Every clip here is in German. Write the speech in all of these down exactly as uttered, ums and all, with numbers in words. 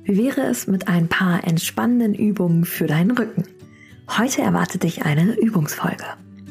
Wie wäre es mit ein paar entspannenden Übungen für deinen Rücken? Heute erwartet dich eine Übungsfolge.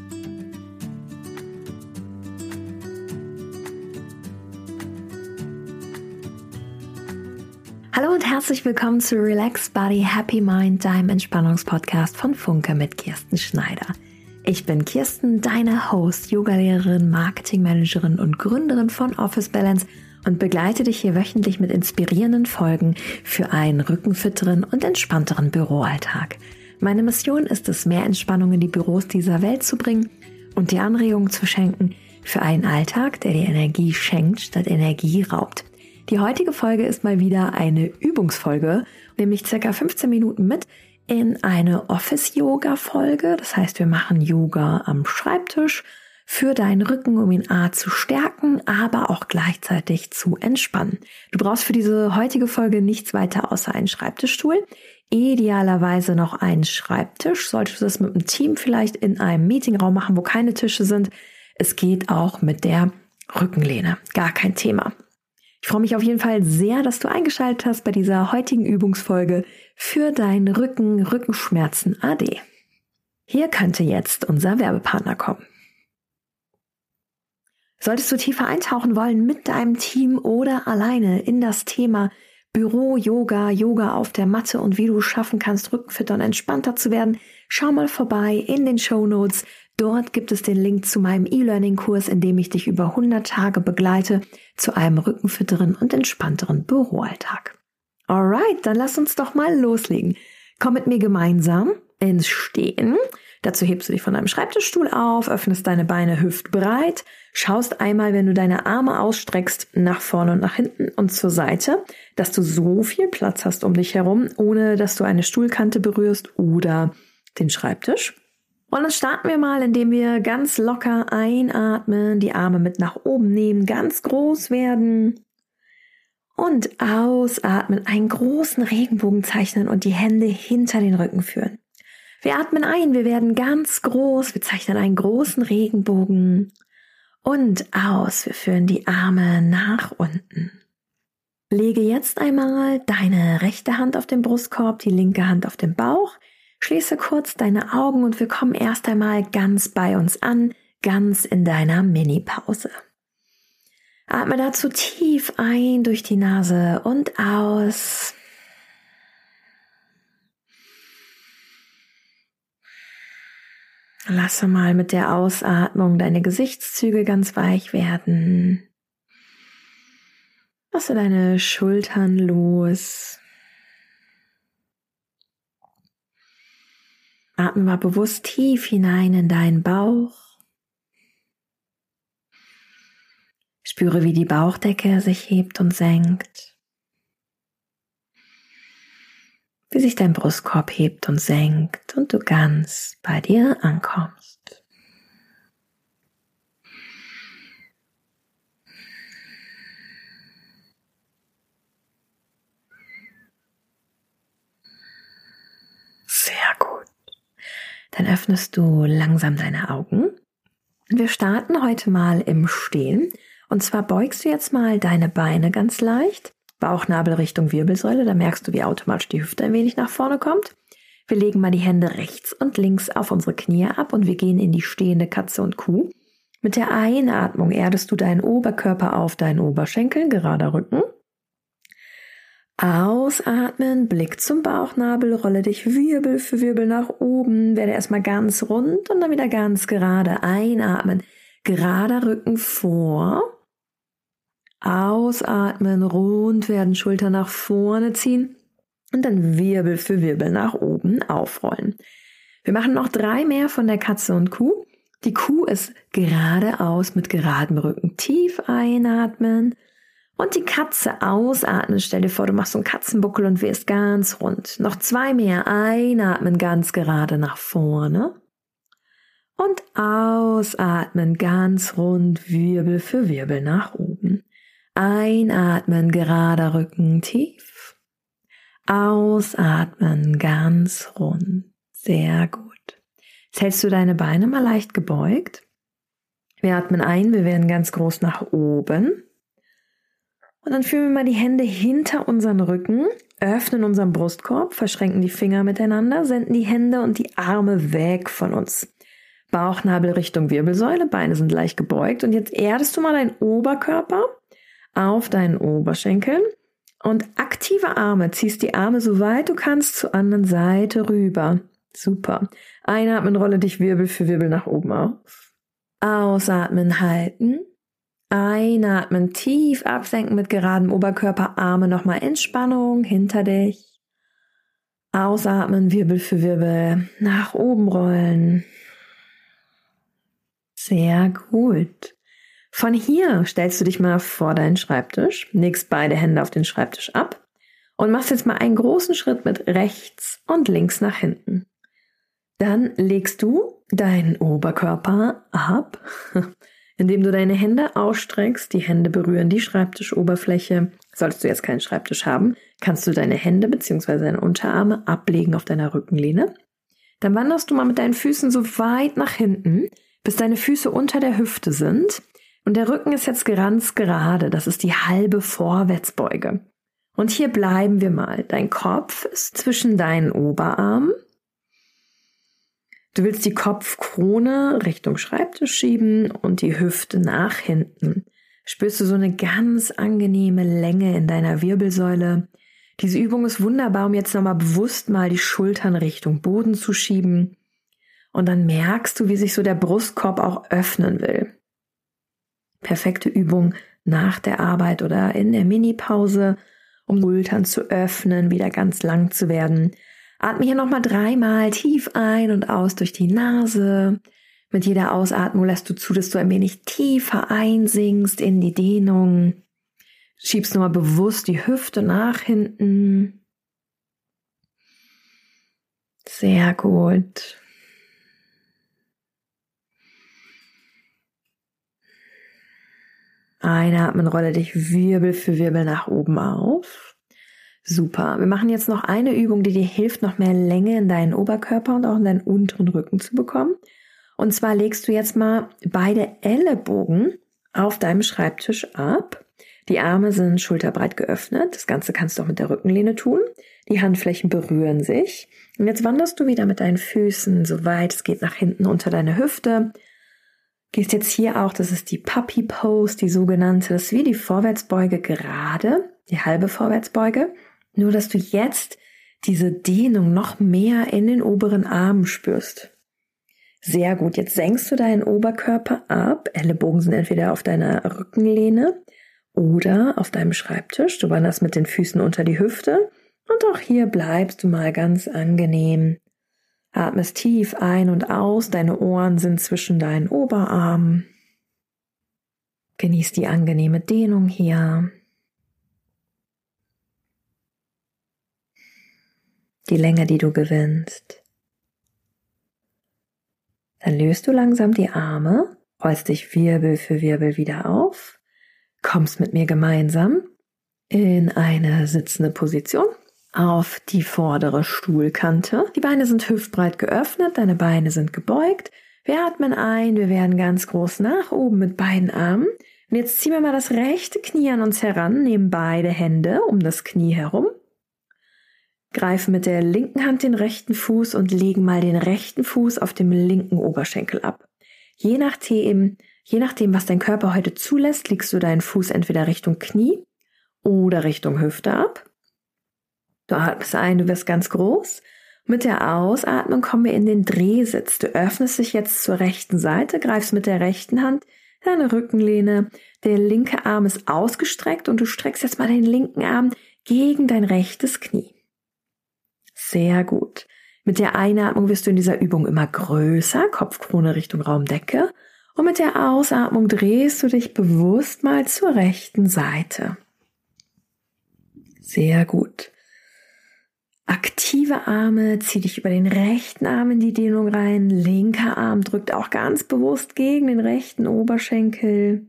Hallo und herzlich willkommen zu Relax Body Happy Mind, deinem Entspannungspodcast von Funke mit Kirsten Schneider. Ich bin Kirsten, deine Host, Yogalehrerin, Marketingmanagerin und Gründerin von Office Balance und begleite dich hier wöchentlich mit inspirierenden Folgen für einen rückenfitteren und entspannteren Büroalltag. Meine Mission ist es, mehr Entspannung in die Büros dieser Welt zu bringen und dir Anregungen zu schenken für einen Alltag, der dir Energie schenkt, statt Energie raubt. Die heutige Folge ist mal wieder eine Übungsfolge, nämlich circa fünfzehn Minuten mit in eine Office-Yoga-Folge. Das heißt, wir machen Yoga am Schreibtisch für deinen Rücken, um ihn A zu stärken, aber auch gleichzeitig zu entspannen. Du brauchst für diese heutige Folge nichts weiter außer einen Schreibtischstuhl. Idealerweise noch einen Schreibtisch. Solltest du das mit einem Team vielleicht in einem Meetingraum machen, wo keine Tische sind. Es geht auch mit der Rückenlehne. Gar kein Thema. Ich freue mich auf jeden Fall sehr, dass du eingeschaltet hast bei dieser heutigen Übungsfolge für deinen Rücken, Rückenschmerzen A D. Hier könnte jetzt unser Werbepartner kommen. Solltest du tiefer eintauchen wollen mit deinem Team oder alleine in das Thema Büro, Yoga, Yoga auf der Matte und wie du es schaffen kannst, rückenfitter und entspannter zu werden, schau mal vorbei in den Shownotes. Dort gibt es den Link zu meinem E-Learning-Kurs, in dem ich dich über hundert Tage begleite zu einem rückenfitteren und entspannteren Büroalltag. Alright, dann lass uns doch mal loslegen. Komm mit mir gemeinsam ins Stehen. Dazu hebst du dich von deinem Schreibtischstuhl auf, öffnest deine Beine hüftbreit, schaust einmal, wenn du deine Arme ausstreckst, nach vorne und nach hinten und zur Seite, dass du so viel Platz hast um dich herum, ohne dass du eine Stuhlkante berührst oder den Schreibtisch. Und dann starten wir mal, indem wir ganz locker einatmen, die Arme mit nach oben nehmen, ganz groß werden und ausatmen, einen großen Regenbogen zeichnen und die Hände hinter den Rücken führen. Wir atmen ein, wir werden ganz groß, wir zeichnen einen großen Regenbogen und aus, wir führen die Arme nach unten. Lege jetzt einmal deine rechte Hand auf den Brustkorb, die linke Hand auf den Bauch, schließe kurz deine Augen und wir kommen erst einmal ganz bei uns an, ganz in deiner Mini-Pause. Atme dazu tief ein durch die Nase und aus. Lasse mal mit der Ausatmung deine Gesichtszüge ganz weich werden. Lasse deine Schultern los. Atme mal bewusst tief hinein in deinen Bauch. Spüre, wie die Bauchdecke sich hebt und senkt. Wie sich dein Brustkorb hebt und senkt und du ganz bei dir ankommst. Sehr gut. Dann öffnest du langsam deine Augen. Und wir starten heute mal im Stehen. Und zwar beugst du jetzt mal deine Beine ganz leicht. Bauchnabel Richtung Wirbelsäule, da merkst du, wie automatisch die Hüfte ein wenig nach vorne kommt. Wir legen mal die Hände rechts und links auf unsere Knie ab und wir gehen in die stehende Katze und Kuh. Mit der Einatmung erdest du deinen Oberkörper auf deinen Oberschenkeln, gerader Rücken. Ausatmen, Blick zum Bauchnabel, rolle dich Wirbel für Wirbel nach oben, werde erstmal ganz rund und dann wieder ganz gerade. Einatmen, gerader Rücken vor. Ausatmen, rund werden, Schulter nach vorne ziehen und dann Wirbel für Wirbel nach oben aufrollen. Wir machen noch drei mehr von der Katze und Kuh. Die Kuh ist geradeaus mit geradem Rücken. Tief einatmen und die Katze ausatmen. Stell dir vor, du machst so einen Katzenbuckel und wirst ganz rund. Noch zwei mehr. Einatmen, ganz gerade nach vorne. Und ausatmen, ganz rund, Wirbel für Wirbel nach oben. Einatmen, gerader Rücken tief. Ausatmen, ganz rund. Sehr gut. Jetzt hältst du deine Beine mal leicht gebeugt. Wir atmen ein, wir werden ganz groß nach oben. Und dann führen wir mal die Hände hinter unseren Rücken, öffnen unseren Brustkorb, verschränken die Finger miteinander, senden die Hände und die Arme weg von uns. Bauchnabel Richtung Wirbelsäule, Beine sind leicht gebeugt. Und jetzt erdest du mal deinen Oberkörper auf deinen Oberschenkeln und aktive Arme, ziehst die Arme so weit du kannst zur anderen Seite rüber. Super. Einatmen, rolle dich Wirbel für Wirbel nach oben auf. Ausatmen, halten. Einatmen, tief absenken mit geradem Oberkörper, Arme nochmal in Spannung hinter dich. Ausatmen, Wirbel für Wirbel nach oben rollen. Sehr gut. Von hier stellst du dich mal vor deinen Schreibtisch, legst beide Hände auf den Schreibtisch ab und machst jetzt mal einen großen Schritt mit rechts und links nach hinten. Dann legst du deinen Oberkörper ab, indem du deine Hände ausstreckst. Die Hände berühren die Schreibtischoberfläche. Solltest du jetzt keinen Schreibtisch haben, kannst du deine Hände bzw. deine Unterarme ablegen auf deiner Rückenlehne. Dann wanderst du mal mit deinen Füßen so weit nach hinten, bis deine Füße unter der Hüfte sind. Und der Rücken ist jetzt ganz gerade. Das ist die halbe Vorwärtsbeuge. Und hier bleiben wir mal. Dein Kopf ist zwischen deinen Oberarmen. Du willst die Kopfkrone Richtung Schreibtisch schieben und die Hüfte nach hinten. Spürst du so eine ganz angenehme Länge in deiner Wirbelsäule. Diese Übung ist wunderbar, um jetzt nochmal bewusst mal die Schultern Richtung Boden zu schieben. Und dann merkst du, wie sich so der Brustkorb auch öffnen will. Perfekte Übung nach der Arbeit oder in der Minipause, um Schultern zu öffnen, wieder ganz lang zu werden. Atme hier nochmal dreimal tief ein und aus durch die Nase. Mit jeder Ausatmung lässt du zu, dass du ein wenig tiefer einsinkst in die Dehnung. Schiebst nochmal bewusst die Hüfte nach hinten. Sehr gut. Einatmen, rolle dich Wirbel für Wirbel nach oben auf. Super. Wir machen jetzt noch eine Übung, die dir hilft, noch mehr Länge in deinen Oberkörper und auch in deinen unteren Rücken zu bekommen. Und zwar legst du jetzt mal beide Ellenbogen auf deinem Schreibtisch ab. Die Arme sind schulterbreit geöffnet. Das Ganze kannst du auch mit der Rückenlehne tun. Die Handflächen berühren sich. Und jetzt wanderst du wieder mit deinen Füßen so weit es geht nach hinten unter deine Hüfte. Gehst jetzt hier auch, das ist die Puppy Pose, die sogenannte, das ist wie die Vorwärtsbeuge gerade, die halbe Vorwärtsbeuge. Nur, dass du jetzt diese Dehnung noch mehr in den oberen Armen spürst. Sehr gut, jetzt senkst du deinen Oberkörper ab. Ellenbogen sind entweder auf deiner Rückenlehne oder auf deinem Schreibtisch. Du wanderst mit den Füßen unter die Hüfte und auch hier bleibst du mal ganz angenehm. Atmest tief ein und aus, deine Ohren sind zwischen deinen Oberarmen. Genieß die angenehme Dehnung hier. Die Länge, die du gewinnst. Dann löst du langsam die Arme, rollst dich Wirbel für Wirbel wieder auf, kommst mit mir gemeinsam in eine sitzende Position. Auf die vordere Stuhlkante. Die Beine sind hüftbreit geöffnet, deine Beine sind gebeugt. Wir atmen ein, wir werden ganz groß nach oben mit beiden Armen. Und jetzt ziehen wir mal das rechte Knie an uns heran, nehmen beide Hände um das Knie herum. Greifen mit der linken Hand den rechten Fuß und legen mal den rechten Fuß auf dem linken Oberschenkel ab. Je nachdem, je nachdem, was dein Körper heute zulässt, legst du deinen Fuß entweder Richtung Knie oder Richtung Hüfte ab. Du atmest ein, du wirst ganz groß. Mit der Ausatmung kommen wir in den Drehsitz. Du öffnest dich jetzt zur rechten Seite, greifst mit der rechten Hand deine Rückenlehne. Der linke Arm ist ausgestreckt und du streckst jetzt mal den linken Arm gegen dein rechtes Knie. Sehr gut. Mit der Einatmung wirst du in dieser Übung immer größer, Kopfkrone Richtung Raumdecke. Und mit der Ausatmung drehst du dich bewusst mal zur rechten Seite. Sehr gut. Aktive Arme, zieh dich über den rechten Arm in die Dehnung rein. Linker Arm drückt auch ganz bewusst gegen den rechten Oberschenkel.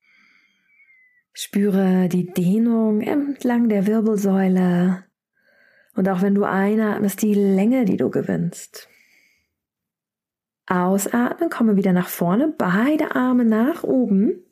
Spüre die Dehnung entlang der Wirbelsäule. Und auch wenn du einatmest, die Länge, die du gewinnst. Ausatmen, komme wieder nach vorne, beide Arme nach oben.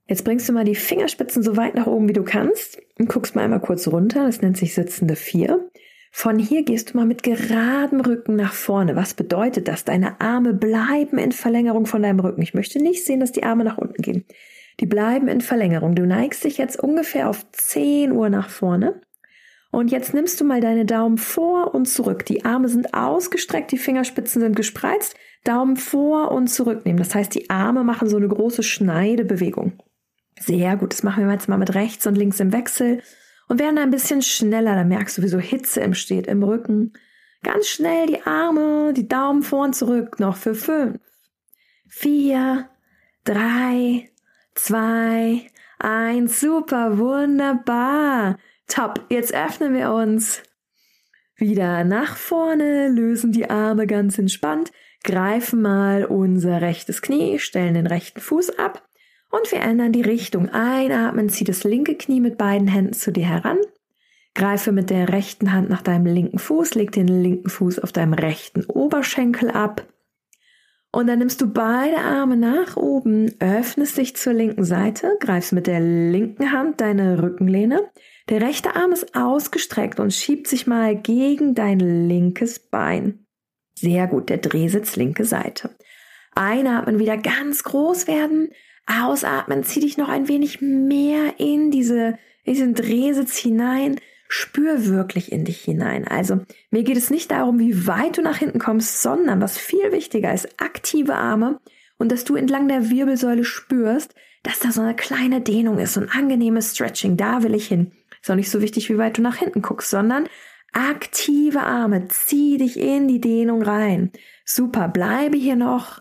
Jetzt bringst du mal die Fingerspitzen so weit nach oben, wie du kannst und guckst mal einmal kurz runter. Das nennt sich sitzende vier. Von hier gehst du mal mit geradem Rücken nach vorne. Was bedeutet das? Deine Arme bleiben in Verlängerung von deinem Rücken. Ich möchte nicht sehen, dass die Arme nach unten gehen. Die bleiben in Verlängerung. Du neigst dich jetzt ungefähr auf zehn Uhr nach vorne. Und jetzt nimmst du mal deine Daumen vor und zurück. Die Arme sind ausgestreckt, die Fingerspitzen sind gespreizt. Daumen vor und zurücknehmen. Das heißt, die Arme machen so eine große Schneidebewegung. Sehr gut, das machen wir jetzt mal mit rechts und links im Wechsel und werden ein bisschen schneller, da merkst du, wie so Hitze entsteht im Rücken. Ganz schnell die Arme, die Daumen vor und zurück, noch für fünf, vier, drei, zwei, eins, super, wunderbar, top. Jetzt öffnen wir uns wieder nach vorne, lösen die Arme ganz entspannt, greifen mal unser rechtes Knie, stellen den rechten Fuß ab. Und wir ändern die Richtung. Einatmen, zieh das linke Knie mit beiden Händen zu dir heran. Greife mit der rechten Hand nach deinem linken Fuß, leg den linken Fuß auf deinem rechten Oberschenkel ab. Und dann nimmst du beide Arme nach oben, öffnest dich zur linken Seite, greifst mit der linken Hand deine Rückenlehne. Der rechte Arm ist ausgestreckt und schiebt sich mal gegen dein linkes Bein. Sehr gut, der Drehsitz linke Seite. Einatmen, wieder ganz groß werden. Ausatmen, zieh dich noch ein wenig mehr in diese, in diesen Drehsitz hinein. Spür wirklich in dich hinein. Also mir geht es nicht darum, wie weit du nach hinten kommst, sondern was viel wichtiger ist, aktive Arme und dass du entlang der Wirbelsäule spürst, dass da so eine kleine Dehnung ist, so ein angenehmes Stretching. Da will ich hin. Ist auch nicht so wichtig, wie weit du nach hinten guckst, sondern aktive Arme. Zieh dich in die Dehnung rein. Super, bleibe hier noch.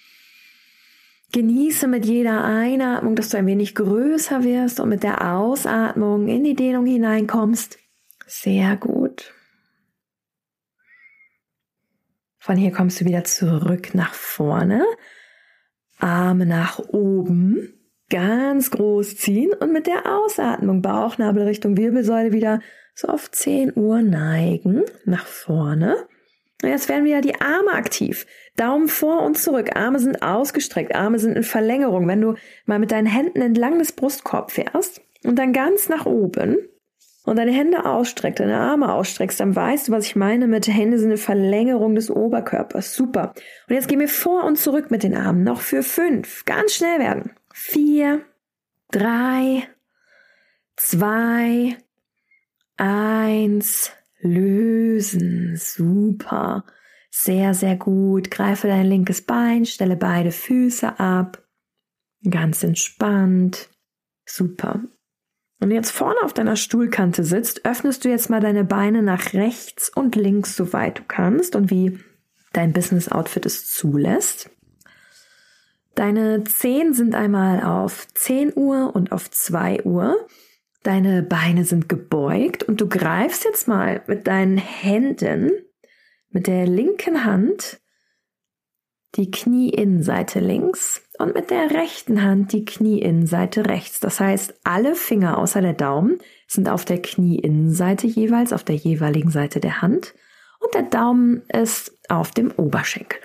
Genieße mit jeder Einatmung, dass du ein wenig größer wirst und mit der Ausatmung in die Dehnung hineinkommst. Sehr gut. Von hier kommst du wieder zurück nach vorne. Arme nach oben. Ganz groß ziehen und mit der Ausatmung Bauchnabel Richtung Wirbelsäule wieder so auf zehn Uhr neigen. Nach vorne. Und jetzt werden wieder die Arme aktiv. Daumen vor und zurück. Arme sind ausgestreckt. Arme sind in Verlängerung. Wenn du mal mit deinen Händen entlang des Brustkorbs fährst und dann ganz nach oben und deine Hände ausstreckst, deine Arme ausstreckst, dann weißt du, was ich meine mit Hände sind eine Verlängerung des Oberkörpers. Super. Und jetzt gehen wir vor und zurück mit den Armen. Noch für fünf. Ganz schnell werden. Vier, drei, zwei, eins. Lösen. Super. Sehr, sehr gut. Greife dein linkes Bein, stelle beide Füße ab. Ganz entspannt. Super. Und jetzt vorne auf deiner Stuhlkante sitzt, öffnest du jetzt mal deine Beine nach rechts und links, soweit du kannst und wie dein Business-Outfit es zulässt. Deine Zehen sind einmal auf zehn Uhr und auf zwei Uhr. Deine Beine sind gebeugt und du greifst jetzt mal mit deinen Händen, mit der linken Hand die Knieinnenseite links und mit der rechten Hand die Knieinnenseite rechts. Das heißt, alle Finger außer der Daumen sind auf der Knieinnenseite jeweils, auf der jeweiligen Seite der Hand und der Daumen ist auf dem Oberschenkel.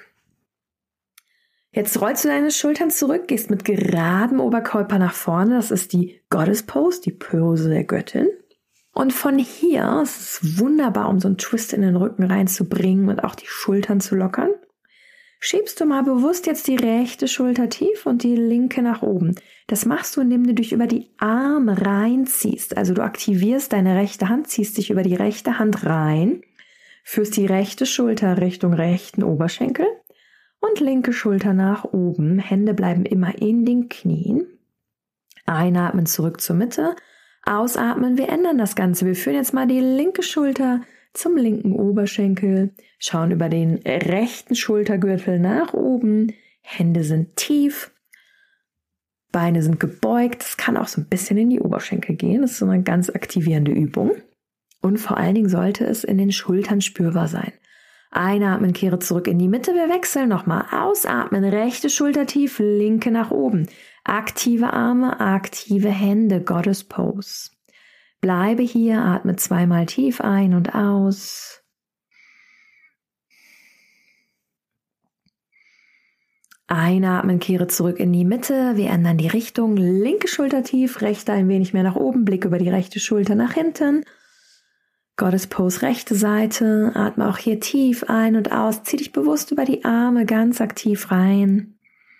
Jetzt rollst du deine Schultern zurück, gehst mit geradem Oberkörper nach vorne. Das ist die Goddess Pose, die Pose der Göttin. Und von hier, es ist wunderbar, um so einen Twist in den Rücken reinzubringen und auch die Schultern zu lockern, schiebst du mal bewusst jetzt die rechte Schulter tief und die linke nach oben. Das machst du, indem du dich über die Arme reinziehst. Also du aktivierst deine rechte Hand, ziehst dich über die rechte Hand rein, führst die rechte Schulter Richtung rechten Oberschenkel. Und linke Schulter nach oben. Hände bleiben immer in den Knien. Einatmen zurück zur Mitte. Ausatmen, wir ändern das Ganze. Wir führen jetzt mal die linke Schulter zum linken Oberschenkel. Schauen über den rechten Schultergürtel nach oben. Hände sind tief. Beine sind gebeugt. Das kann auch so ein bisschen in die Oberschenkel gehen. Das ist so eine ganz aktivierende Übung. Und vor allen Dingen sollte es in den Schultern spürbar sein. Einatmen, kehre zurück in die Mitte. Wir wechseln nochmal. Ausatmen, rechte Schulter tief, linke nach oben. Aktive Arme, aktive Hände, Goddess Pose. Bleibe hier, atme zweimal tief ein und aus. Einatmen, kehre zurück in die Mitte. Wir ändern die Richtung. Linke Schulter tief, rechte ein wenig mehr nach oben. Blick über die rechte Schulter nach hinten. Goddess Pose, rechte Seite. Atme auch hier tief ein und aus. Zieh dich bewusst über die Arme ganz aktiv rein.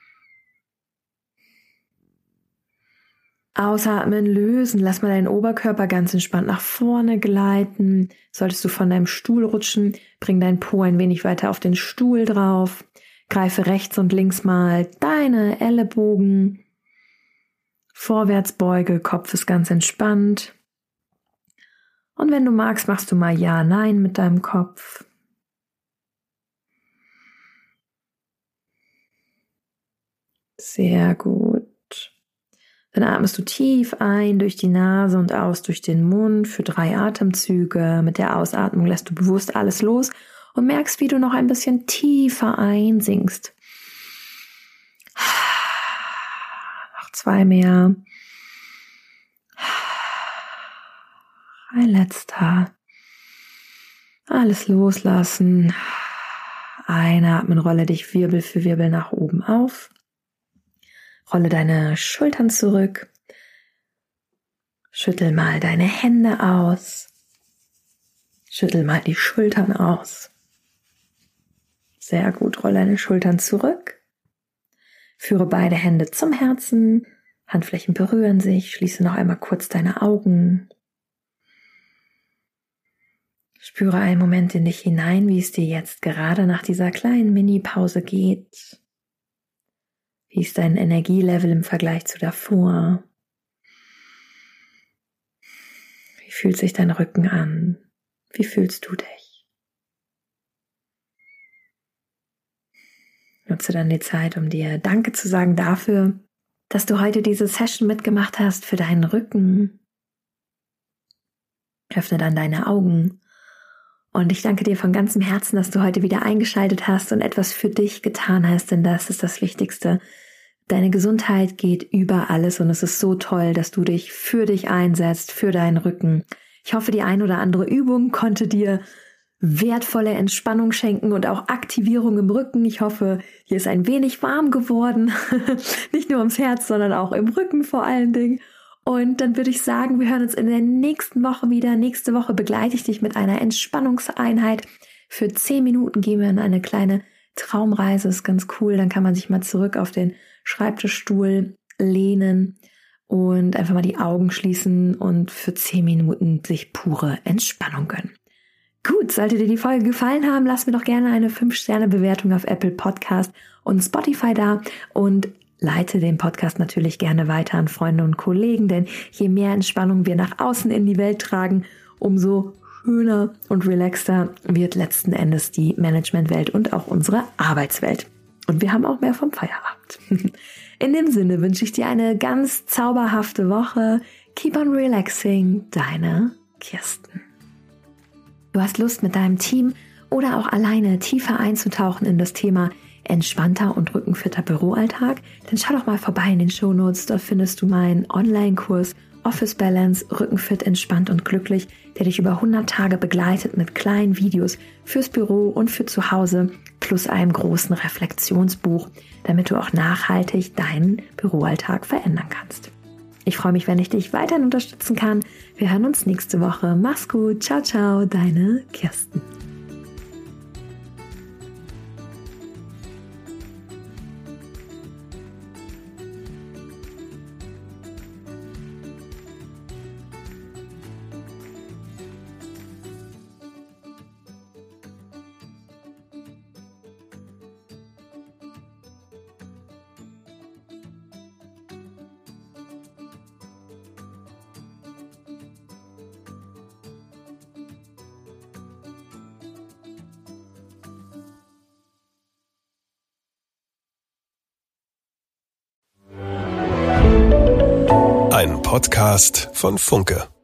Ausatmen, lösen. Lass mal deinen Oberkörper ganz entspannt nach vorne gleiten. Solltest du von deinem Stuhl rutschen, bring deinen Po ein wenig weiter auf den Stuhl drauf. Greife rechts und links mal deine Ellenbogen. Vorwärtsbeuge, Kopf ist ganz entspannt. Und wenn du magst, machst du mal Ja, Nein mit deinem Kopf. Sehr gut. Dann atmest du tief ein durch die Nase und aus durch den Mund für drei Atemzüge. Mit der Ausatmung lässt du bewusst alles los und merkst, wie du noch ein bisschen tiefer einsinkst. Noch zwei mehr. Ein letzter. Alles loslassen. Einatmen, rolle dich Wirbel für Wirbel nach oben auf. Rolle deine Schultern zurück. Schüttel mal deine Hände aus. Schüttel mal die Schultern aus. Sehr gut, rolle deine Schultern zurück. Führe beide Hände zum Herzen. Handflächen berühren sich. Schließe noch einmal kurz deine Augen. Spüre einen Moment in dich hinein, wie es dir jetzt gerade nach dieser kleinen Mini-Pause geht. Wie ist dein Energielevel im Vergleich zu davor? Wie fühlt sich dein Rücken an? Wie fühlst du dich? Nutze dann die Zeit, um dir Danke zu sagen dafür, dass du heute diese Session mitgemacht hast für deinen Rücken. Öffne dann deine Augen. Und ich danke dir von ganzem Herzen, dass du heute wieder eingeschaltet hast und etwas für dich getan hast, denn das ist das Wichtigste. Deine Gesundheit geht über alles und es ist so toll, dass du dich für dich einsetzt, für deinen Rücken. Ich hoffe, die ein oder andere Übung konnte dir wertvolle Entspannung schenken und auch Aktivierung im Rücken. Ich hoffe, hier ist ein wenig warm geworden, nicht nur ums Herz, sondern auch im Rücken vor allen Dingen. Und dann würde ich sagen, wir hören uns in der nächsten Woche wieder. Nächste Woche begleite ich dich mit einer Entspannungseinheit. Für zehn Minuten gehen wir in eine kleine Traumreise. Ist ganz cool. Dann kann man sich mal zurück auf den Schreibtischstuhl lehnen und einfach mal die Augen schließen und für zehn Minuten sich pure Entspannung gönnen. Gut, sollte dir die Folge gefallen haben, lass mir doch gerne eine fünf Sterne Bewertung auf Apple Podcast und Spotify da und leite den Podcast natürlich gerne weiter an Freunde und Kollegen, denn je mehr Entspannung wir nach außen in die Welt tragen, umso schöner und relaxter wird letzten Endes die Managementwelt und auch unsere Arbeitswelt. Und wir haben auch mehr vom Feierabend. In dem Sinne wünsche ich dir eine ganz zauberhafte Woche. Keep on relaxing, deine Kirsten. Du hast Lust, mit deinem Team oder auch alleine tiefer einzutauchen in das Thema entspannter und rückenfitter Büroalltag? Dann schau doch mal vorbei in den Shownotes. Dort findest du meinen Online-Kurs Office Balance, Rückenfit, entspannt und glücklich, der dich über hundert Tage begleitet mit kleinen Videos fürs Büro und für zu Hause plus einem großen Reflexionsbuch, damit du auch nachhaltig deinen Büroalltag verändern kannst. Ich freue mich, wenn ich dich weiterhin unterstützen kann. Wir hören uns nächste Woche. Mach's gut. Ciao, ciao, deine Kirsten. Ein Podcast von Funke.